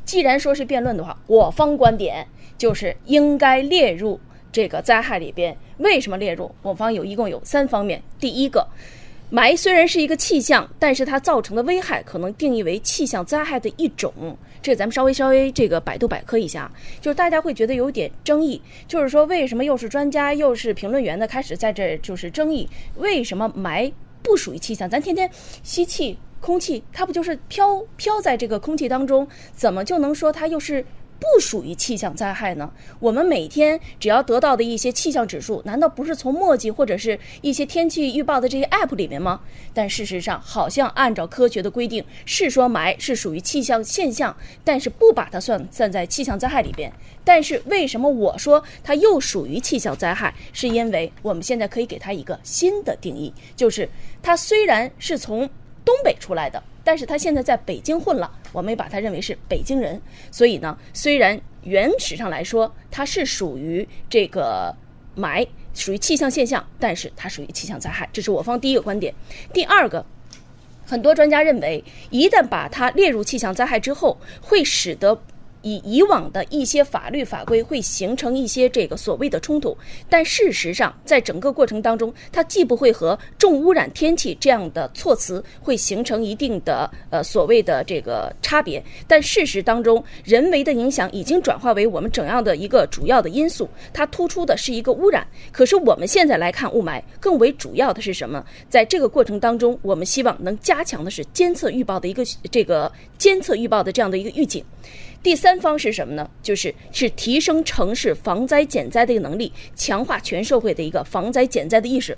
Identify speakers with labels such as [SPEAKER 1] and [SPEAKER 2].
[SPEAKER 1] 既然说是辩论的话，我方观点就是应该列入这个灾害里边。为什么列入？我方一共有3方面。第一个，霾虽然是一个气象，但是它造成的危害可能定义为气象灾害的一种。这咱们稍微这个百度百科一下，就是大家会觉得有点争议，就是说为什么又是专家又是评论员的开始在这就是争议，为什么霾不属于气象？咱天天吸气空气，它不就是飘在这个空气当中，怎么就能说它又是不属于气象灾害呢？我们每天只要得到的一些气象指数，难道不是从墨迹或者是一些天气预报的这些 app 里面吗？但事实上好像按照科学的规定，是说霾是属于气象现象，但是不把它算在气象灾害里边。但是为什么我说它又属于气象灾害？是因为我们现在可以给它一个新的定义，就是它虽然是从东北出来的，但是他现在在北京混了，我们也把他认为是北京人。所以呢，虽然原始上来说它是属于这个霾，属于气象现象，但是它属于气象灾害，这是我方第一个观点。第二个，很多专家认为，一旦把它列入气象灾害之后，会使得以往的一些法律法规会形成一些这个所谓的冲突，但事实上在整个过程当中，它既不会和重污染天气这样的措辞会形成一定的所谓的这个差别，但事实当中人为的影响已经转化为我们整样的一个主要的因素，它突出的是一个污染。可是我们现在来看雾霾，更为主要的是什么？在这个过程当中，我们希望能加强的是监测预报的一个监测预报的这样的一个预警。第3方是什么呢？就是提升城市防灾减灾的一个能力，强化全社会的一个防灾减灾的意识。